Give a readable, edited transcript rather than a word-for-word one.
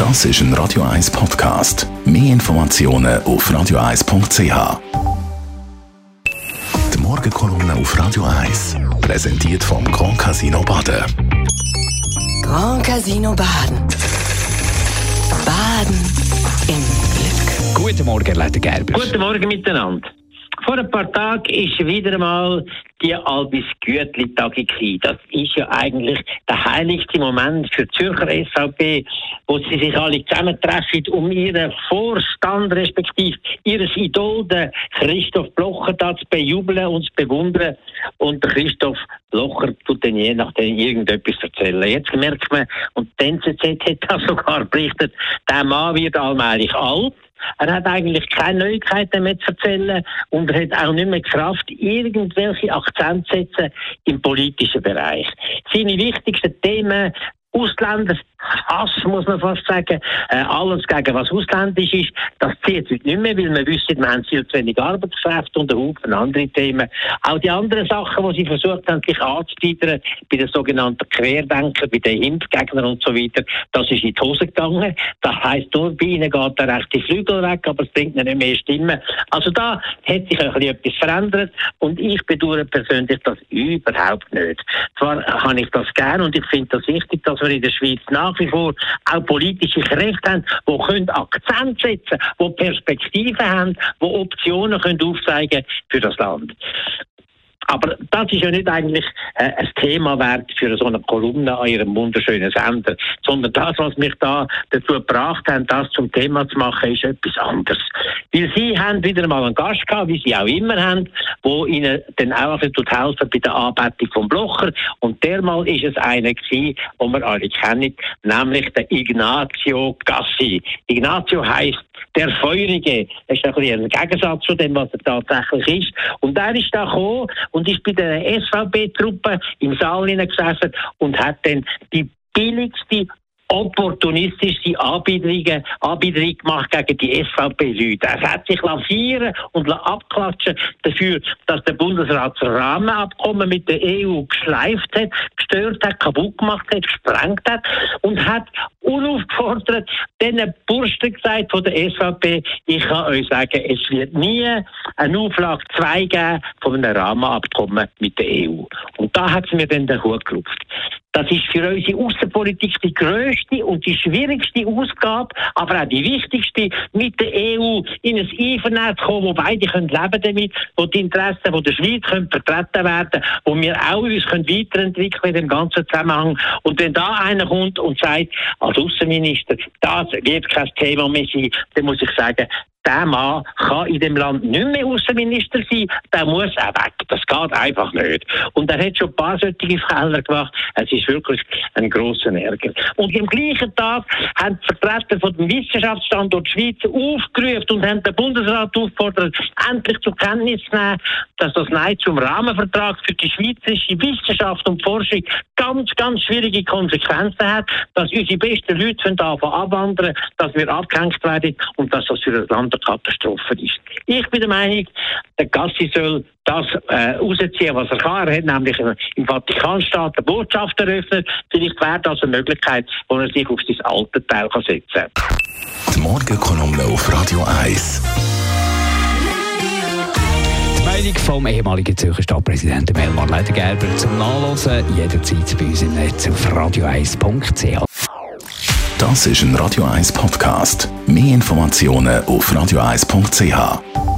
Das ist ein Radio 1 Podcast. Mehr Informationen auf radio1.ch. Die Morgenkolumne auf Radio 1 präsentiert vom Grand Casino Baden. Grand Casino Baden. Baden im Glück. Guten Morgen, Leiter Gerber. Guten Morgen miteinander. Vor ein paar Tagen ist wieder einmal die Albis-Gütli-Tagung gewesen. Das ist ja eigentlich der heiligste Moment für die Zürcher SVP, wo sie sich alle zusammentreffen, um ihren Vorstand, respektive ihres Idol, den Christoph Blocher, da zu bejubeln und zu bewundern. Und der Christoph Blocher tut dann je nachdem irgendetwas erzählen. Jetzt merkt man, und die NZZ hat das sogar berichtet, der Mann wird allmählich alt. Er hat eigentlich keine Neuigkeiten mehr zu erzählen und er hat auch nicht mehr Kraft, irgendwelche Akzente zu setzen im politischen Bereich. Seine wichtigsten Themen: Ausländerhass, muss man fast sagen. Alles gegen was ausländisch ist, das zieht heute nicht mehr, weil wir wissen, wir haben viel zu wenig Arbeitskräfte und einen Haufen andere Themen. Auch die anderen Sachen, die sie versucht haben, sich anzuteitern, bei den sogenannten Querdenkern, bei den Impfgegnern und so weiter, das ist in die Hose gegangen. Das heisst, nur bei ihnen geht der rechte Flügel weg, aber es bringt nicht mehr Stimmen. Also da hat sich ein bisschen etwas verändert und ich bedauere persönlich das überhaupt nicht. Zwar habe ich das gern und ich finde das wichtig, dass wir in der Schweiz nach wie vor auch politische Kräfte haben, die können Akzent setzen, die Perspektiven haben, die Optionen können aufzeigen für das Land. Aber das ist ja nicht eigentlich ein Thema wert für so eine Kolumne an Ihrem wunderschönen Sender, sondern das, was mich da dazu gebracht hat, das zum Thema zu machen, ist etwas anderes. Weil Sie haben wieder mal einen Gast gehabt, wie Sie auch immer haben, der Ihnen dann auch ein bisschen helfen bei der Anbetung vom Blocher. Und dermal ist es einer gewesen, den wir alle kennen, nämlich der Ignazio Gassi. Ignazio heisst der Feurige. Das ist ein bisschen ein Gegensatz zu dem, was er tatsächlich ist. Und er ist da gekommen und ist bei der SVP-Truppe im Saal gesessen und hat dann die billigste, opportunistische Anbiederung gemacht gegen die SVP-Leute. Er hat sich feiern und abklatschen dafür, dass der Bundesrat das Rahmenabkommen mit der EU geschleift hat, gestört hat, kaputt gemacht hat, gesprengt hat und hat unaufgefordert diesen Burschen gesagt von der SVP, ich kann euch sagen, es wird nie eine Auflage 2 geben von einem Rahmenabkommen mit der EU. Und da hat es mir dann den Hut gerupft. Das ist für unsere Außenpolitik die grösste und die schwierigste Ausgabe, aber auch die wichtigste, mit der EU in ein Einvernehmen zu kommen, wo beide leben damit, wo die Interessen der Schweiz vertreten werden, wo wir auch uns weiterentwickeln in dem ganzen Zusammenhang. Und wenn da einer kommt und sagt, als Außenminister, das wird kein Thema mehr sein, dann muss ich sagen, der Mann kann in dem Land nicht mehr Außenminister sein, der muss auch weg. Das geht einfach nicht. Und er hat schon ein paar solche Fehler gemacht. Es ist wirklich ein grosser Ärger. Und am gleichen Tag haben die Vertreter von dem Wissenschaftsstandort Schweiz aufgerufen und haben den Bundesrat aufgefordert, endlich zur Kenntnis zu nehmen, dass das Nein zum Rahmenvertrag für die schweizerische Wissenschaft und Forschung ganz, ganz schwierige Konsequenzen hat, dass unsere besten Leute anfangen abwandern, dass wir abgehängt werden und dass das für das Land eine Katastrophe ist. Ich bin der Meinung, der Gassi soll das rausziehen, was er kann. Er hat nämlich im Vatikanstaat eine Botschaft eröffnet. Vielleicht wäre das eine Möglichkeit, wo er sich auf sein alte Teil setzen kann. Die Morgenkolumne auf Radio 1. Die Meinung vom ehemaligen Zürcher Stadtpräsidenten Elmar Leiter Gerber zum Nachlesen jederzeit bei uns im Netz auf radio1.ch. Das ist ein Radio 1 Podcast. Mehr Informationen auf radio1.ch.